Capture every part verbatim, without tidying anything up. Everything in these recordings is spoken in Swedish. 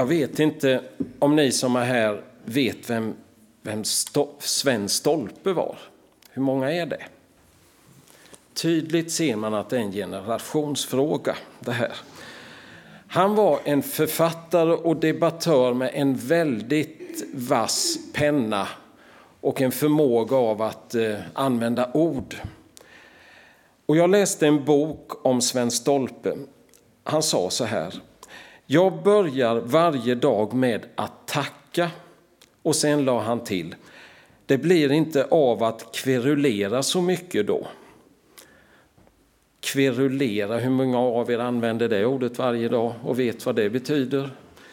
Jag vet inte om ni som är här vet vem, vem Sto- Sven Stolpe var. Hur många är det? Tydligt ser man att det är en generationsfråga det här. Han var en författare och debattör med en väldigt vass penna och en förmåga av att eh, använda ord. Och jag läste en bok om Sven Stolpe. Han sa så här: jag börjar varje dag med att tacka. Och sen la han till: det blir inte av att kverulera så mycket då. Kverulera, hur många av er använder det ordet varje dag och vet vad det betyder?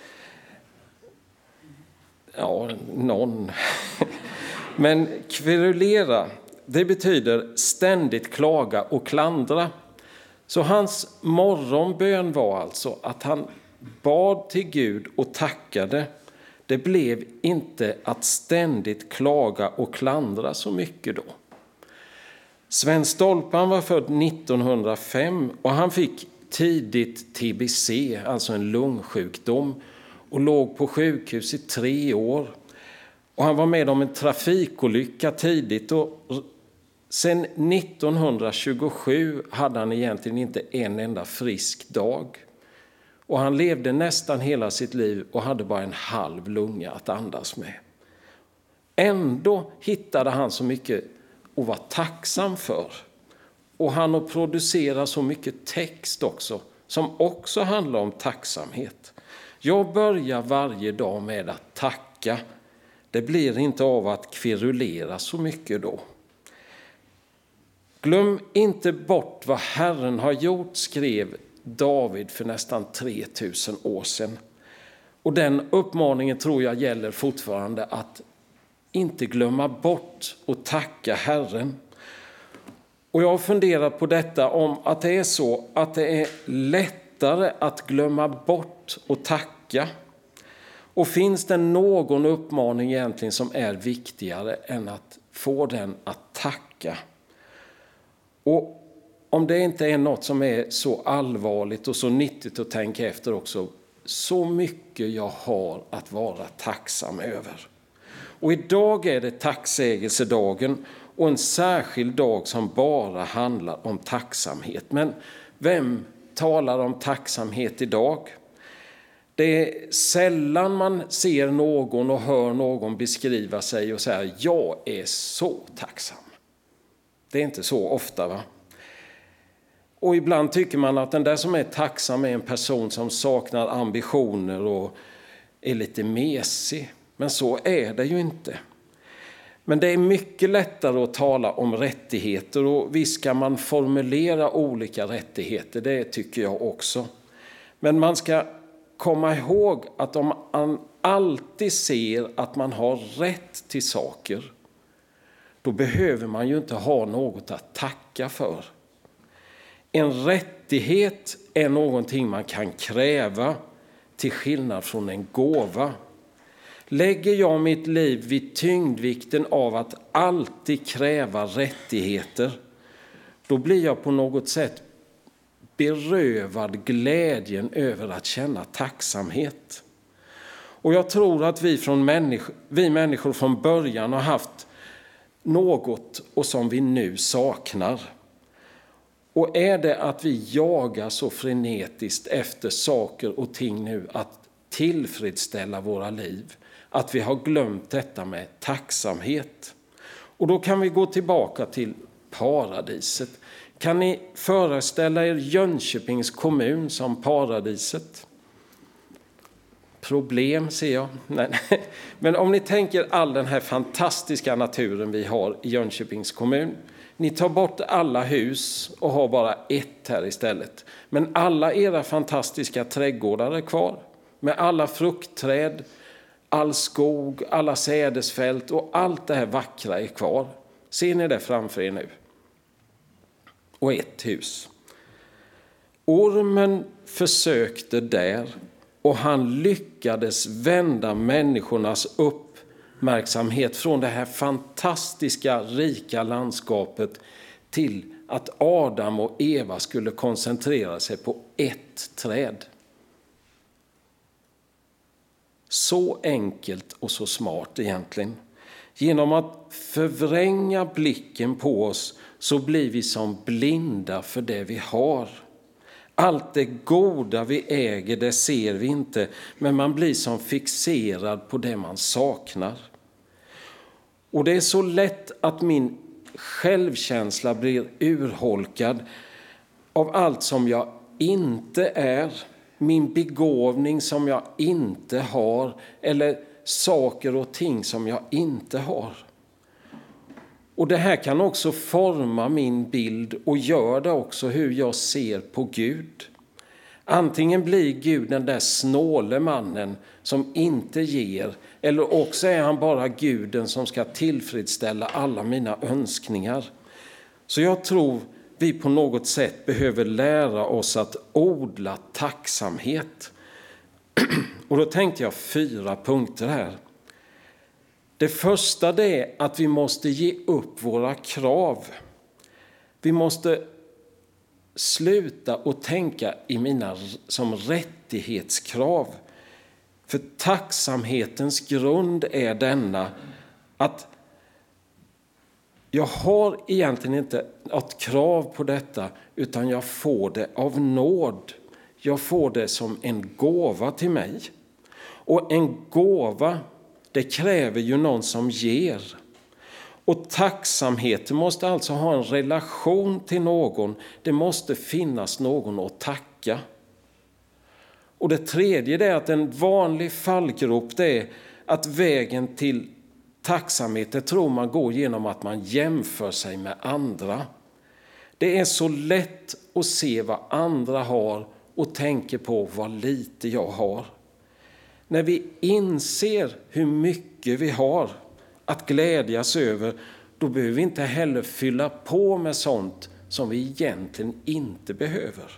Ja, någon. Men kverulera, det betyder ständigt klaga och klandra. Så hans morgonbön var alltså att han bad till Gud och tackade. Det blev inte att ständigt klaga och klandra så mycket då. Sven Stolpe var född nittonhundrafem och han fick tidigt T B C, alltså en lungsjukdom, och låg på sjukhus i tre år. Och han var med om en trafikolycka tidigt och sen nittonhundratjugosju hade han egentligen inte en enda frisk dag. Och han levde nästan hela sitt liv och hade bara en halv lunga att andas med. Ändå hittade han så mycket att vara tacksam för. Och han har producerat så mycket text också som också handlar om tacksamhet. Jag börjar varje dag med att tacka. Det blir inte av att kverulera så mycket då. Glöm inte bort vad Herren har gjort, skrev David för nästan tre tusen år sedan. Och den uppmaningen tror jag gäller fortfarande, att inte glömma bort och tacka Herren. Och jag har funderat på detta, om att det är så att det är lättare att glömma bort och tacka. Och finns det någon uppmaning egentligen som är viktigare än att få den att tacka? Och om det inte är något som är så allvarligt och så nyttigt att tänka efter också, så mycket jag har att vara tacksam över. Och idag är det tacksägelsedagen och en särskild dag som bara handlar om tacksamhet. Men vem talar om tacksamhet idag? Det är sällan man ser någon och hör någon beskriva sig och säga: jag är så tacksam. Det är inte så ofta, va? Och ibland tycker man att den där som är tacksam är en person som saknar ambitioner och är lite mesig. Men så är det ju inte. Men det är mycket lättare att tala om rättigheter, och visst kan man formulera olika rättigheter, det tycker jag också. Men man ska komma ihåg att om man alltid ser att man har rätt till saker, då behöver man ju inte ha något att tacka för. En rättighet är någonting man kan kräva, till skillnad från en gåva. Lägger jag mitt liv vid tyngdvikten av att alltid kräva rättigheter, då blir jag på något sätt berövad glädjen över att känna tacksamhet. Och jag tror att vi, från människor, vi människor från början har haft något och som vi nu saknar. Och är det att vi jagar så frenetiskt efter saker och ting nu att tillfredsställa våra liv, att vi har glömt detta med tacksamhet. Och då kan vi gå tillbaka till paradiset. Kan ni föreställa er Jönköpings kommun som paradiset? Problem ser jag. Nej. Men om ni tänker all den här fantastiska naturen vi har i Jönköpings kommun. Ni tar bort alla hus och har bara ett här istället. Men alla era fantastiska trädgårdar är kvar. Med alla fruktträd, all skog, alla sädesfält och allt det här vackra är kvar. Ser ni det framför er nu? Och ett hus. Ormen försökte där, och han lyckades vända människornas uppmärksamhet från det här fantastiska, rika landskapet till att Adam och Eva skulle koncentrera sig på ett träd. Så enkelt och så smart egentligen. Genom att förvränga blicken på oss så blir vi som blinda för det vi har. Allt det goda vi äger, det ser vi inte, men man blir som fixerad på det man saknar. Och det är så lätt att min självkänsla blir urholkad av allt som jag inte är, min begåvning som jag inte har eller saker och ting som jag inte har. Och det här kan också forma min bild och gör det också hur jag ser på Gud. Antingen blir Gud den där snåle mannen som inte ger, eller också är han bara Guden som ska tillfredsställa alla mina önskningar. Så jag tror vi på något sätt behöver lära oss att odla tacksamhet. Och då tänkte jag fyra punkter här. Det första det är att vi måste ge upp våra krav. Vi måste sluta och tänka i mina som rättighetskrav. För tacksamhetens grund är denna, att jag har egentligen inte ett krav på detta, utan jag får det av nåd. Jag får det som en gåva till mig. Och en gåva, det kräver ju någon som ger. Och tacksamheten måste alltså ha en relation till någon. Det måste finnas någon att tacka. Och det tredje är att en vanlig fallgrop det är att vägen till tacksamhet, det tror man går genom att man jämför sig med andra. Det är så lätt att se vad andra har och tänker på vad lite jag har. När vi inser hur mycket vi har att glädjas över, då behöver vi inte heller fylla på med sånt som vi egentligen inte behöver.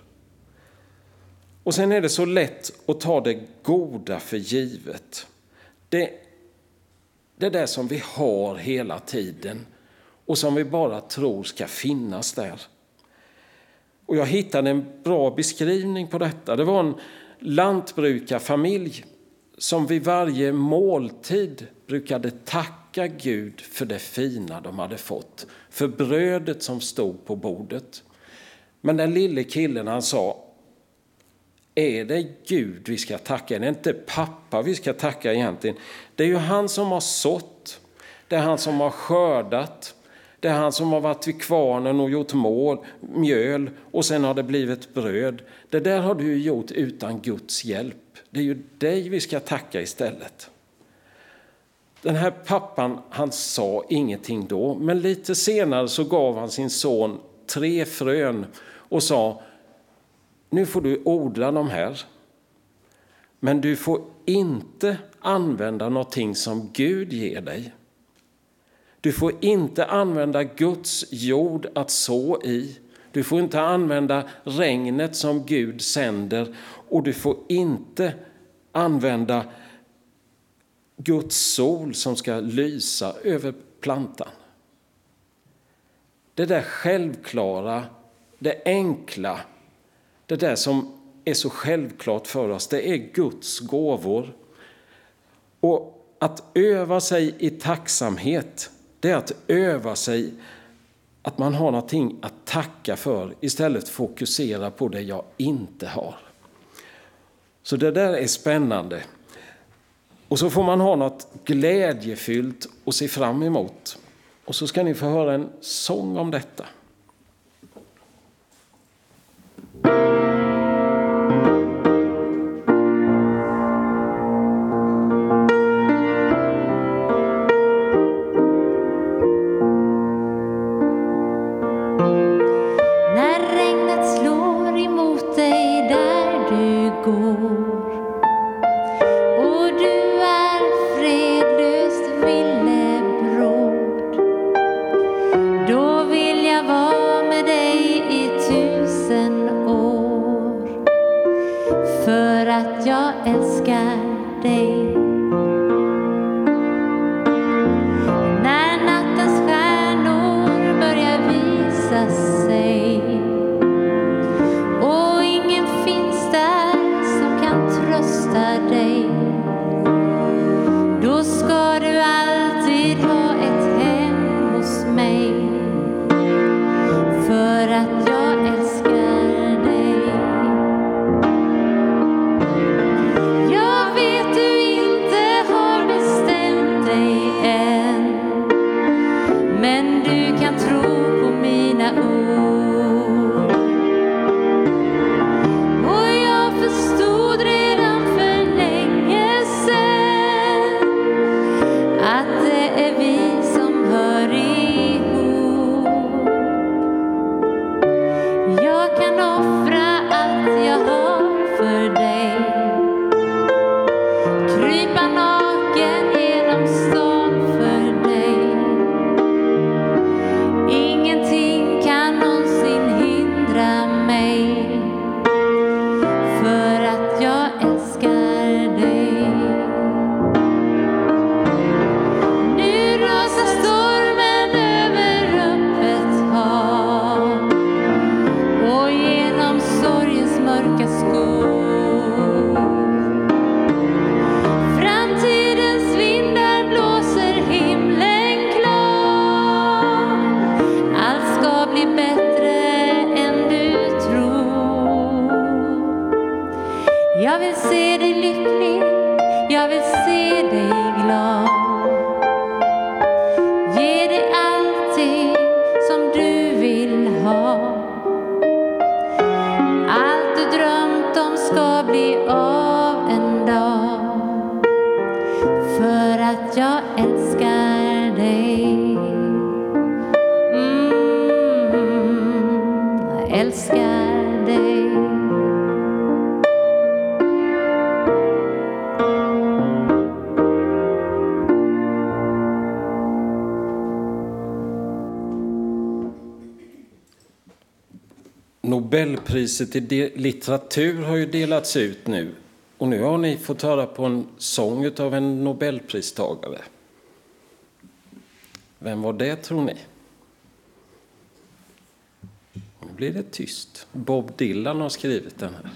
Och sen är det så lätt att ta det goda för givet. Det, det är det som vi har hela tiden och som vi bara tror ska finnas där. Och jag hittade en bra beskrivning på detta. Det var en lantbrukarfamilj som vid varje måltid brukade tacka Gud för det fina de hade fått. För brödet som stod på bordet. Men den lille killen, han sa: är det Gud vi ska tacka? Är det inte pappa vi ska tacka egentligen? Det är ju han som har sått. Det är han som har skördat. Det är han som har varit vid kvarnen och gjort mål, mjöl, och sen har det blivit bröd. Det där har du gjort utan Guds hjälp. Det är ju dig vi ska tacka istället. Den här pappan, han sa ingenting då, men lite senare så gav han sin son tre frön och sa: nu får du odla de här, men du får inte använda någonting som Gud ger dig. Du får inte använda Guds jord att så i. Du får inte använda regnet som Gud sänder. Och du får inte använda Guds sol som ska lysa över plantan. Det där självklara, det enkla, det där som är så självklart för oss, det är Guds gåvor. Och att öva sig i tacksamhet, det är att öva sig att man har någonting att tacka för istället för att fokusera på det jag inte har. Så det där är spännande. Och så får man ha något glädjefyllt att se fram emot. Och så ska ni få höra en sång om detta. Och ingen finns där som kan trösta dig. krypa naken genom stan för dig. Ingenting kan någonsin hindra mig, för att jag älskar dig. Nu rasar stormen över öppet hav och genom sorgens mörka skog. Framtidens vindar blåser himlen klar. Allt ska bli bättre än du tror. Jag vill se dig lycklig, jag vill se dig glad. Ge dig allting som du vill ha. Allt du drömt om ska bli av en dag, för att jag älskar dig. Mm, jag älskar dig. Nobelpriset i de- litteratur har ju delats ut nu. Och nu har ni fått höra på en sång av en Nobelpristagare. Vem var det, tror ni? Nu blir det tyst. Bob Dylan har skrivit den här.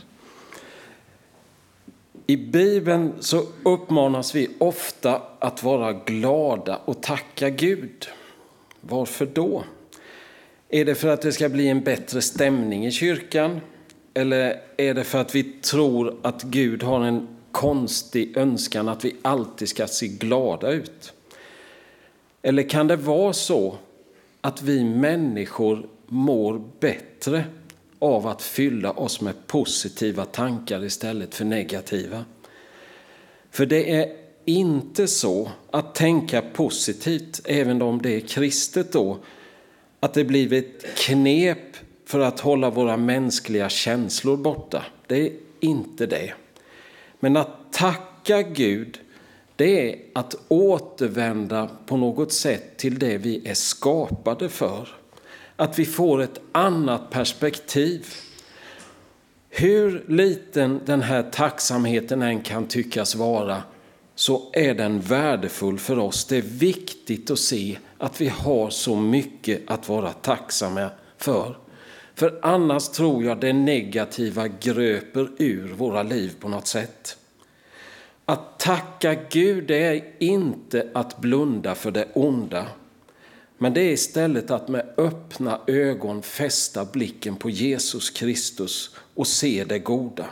I Bibeln så uppmanas vi ofta att vara glada och tacka Gud. Varför då? Är det för att det ska bli en bättre stämning i kyrkan? Eller är det för att vi tror att Gud har en konstig önskan att vi alltid ska se glada ut? Eller kan det vara så att vi människor mår bättre av att fylla oss med positiva tankar istället för negativa? För det är inte så att tänka positivt, även om det är kristet då, att det blivit knep för att hålla våra mänskliga känslor borta. Det är inte det. Men att tacka Gud, det är att återvända på något sätt till det vi är skapade för. Att vi får ett annat perspektiv. Hur liten den här tacksamheten än kan tyckas vara, så är den värdefull för oss. Det är viktigt att se att vi har så mycket att vara tacksamma för. För annars tror jag det negativa gröper ur våra liv på något sätt. Att tacka Gud, det är inte att blunda för det onda. Men det är istället att med öppna ögon fästa blicken på Jesus Kristus och se det goda.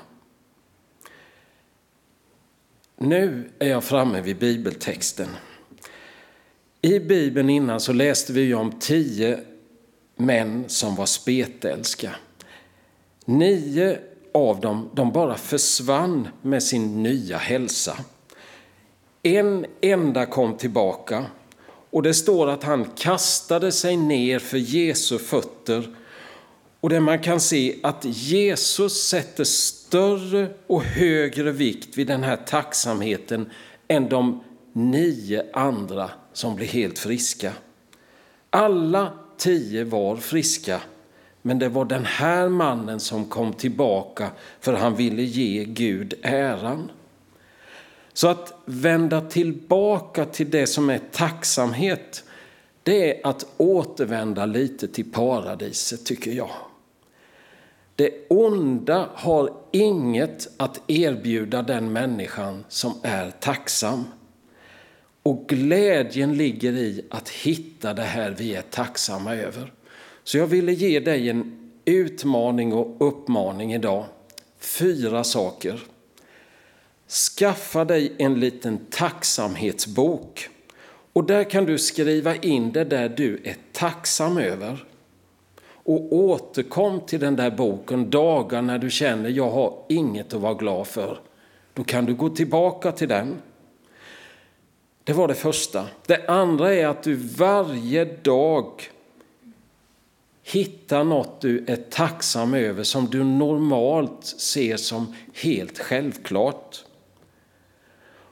Nu är jag framme vid bibeltexten. I Bibeln innan så läste vi ju om tio män som var spetälska. Nio av dem, de bara försvann med sin nya hälsa. En enda kom tillbaka, och det står att han kastade sig ner för Jesu fötter. Och där man kan se att Jesus sätter större och högre vikt vid den här tacksamheten än de nio andra som blir helt friska. Alla tio var friska, men det var den här mannen som kom tillbaka för han ville ge Gud äran. Så att vända tillbaka till det som är tacksamhet, det är att återvända lite till paradiset, tycker jag. Det onda har inget att erbjuda den människan som är tacksam. Och glädjen ligger i att hitta det här vi är tacksamma över. Så jag ville ge dig en utmaning och uppmaning idag. Fyra saker. Skaffa dig en liten tacksamhetsbok. Och där kan du skriva in det där du är tacksam över. Och återkom till den där boken dagar när du känner jag har inget att vara glad för. Då kan du gå tillbaka till den. Det var det första. Det andra är att du varje dag hittar något du är tacksam över som du normalt ser som helt självklart.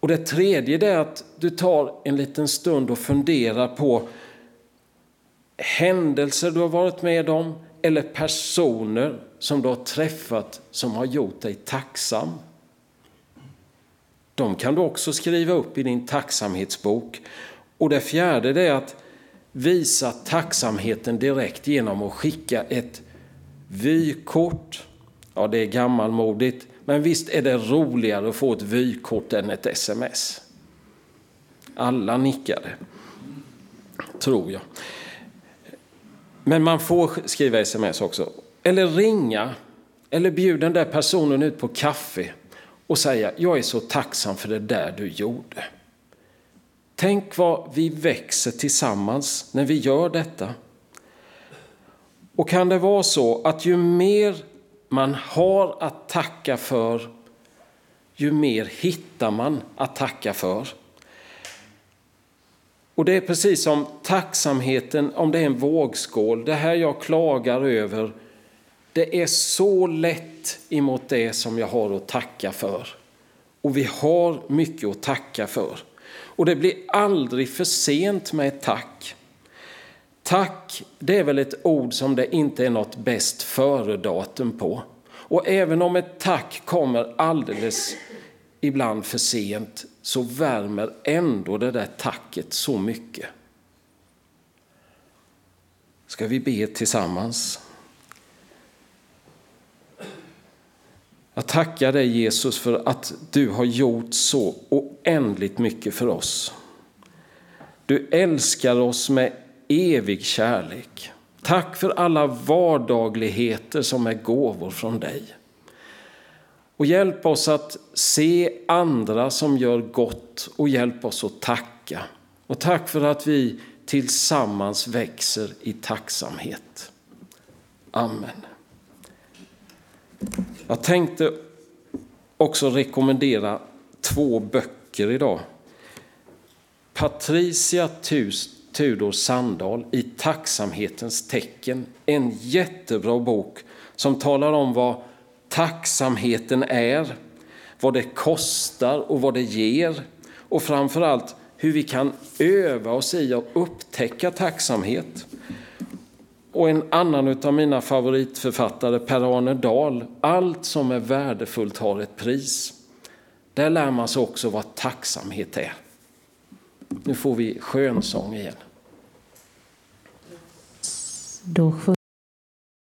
Och det tredje är att du tar en liten stund och funderar på händelser du har varit med om eller personer som du har träffat som har gjort dig tacksam. De kan du också skriva upp i din tacksamhetsbok. Och det fjärde är att visa tacksamheten direkt genom att skicka ett vykort. Ja, det är gammalmodigt, men visst är det roligare att få ett vykort än ett sms. Alla nickade, tror jag. Men man får skriva sms också. Eller ringa, eller bjuda den där personen ut på kaffe och säga: jag är så tacksam för det där du gjorde. Tänk vad vi växer tillsammans när vi gör detta. Och kan det vara så att ju mer man har att tacka för, ju mer hittar man att tacka för. Och det är precis som tacksamheten, om det är en vågskål. Det här jag klagar över, det är så lätt emot det som jag har att tacka för. Och vi har mycket att tacka för. Och det blir aldrig för sent med ett tack. Tack, det är väl ett ord som det inte är något bäst före-datum på. Och även om ett tack kommer alldeles ibland för sent, så värmer ändå det där tacket så mycket. Ska vi be tillsammans? Jag tackar dig, Jesus, för att du har gjort så oändligt mycket för oss. Du älskar oss med evig kärlek. Tack för alla vardagligheter som är gåvor från dig. Och hjälp oss att se andra som gör gott och hjälp oss att tacka. Och tack för att vi tillsammans växer i tacksamhet. Amen. Jag tänkte också rekommendera två böcker idag. Patricia Tudor Sandahl, I tacksamhetens tecken. En jättebra bok som talar om vad tacksamheten är, vad det kostar och vad det ger. Och framförallt hur vi kan öva oss i att upptäcka tacksamhet. Och en annan av mina favoritförfattare, Per-Arne Dahl, Allt som är värdefullt har ett pris. Där lär man sig också vad tacksamhet är. Nu får vi skönsång igen. Då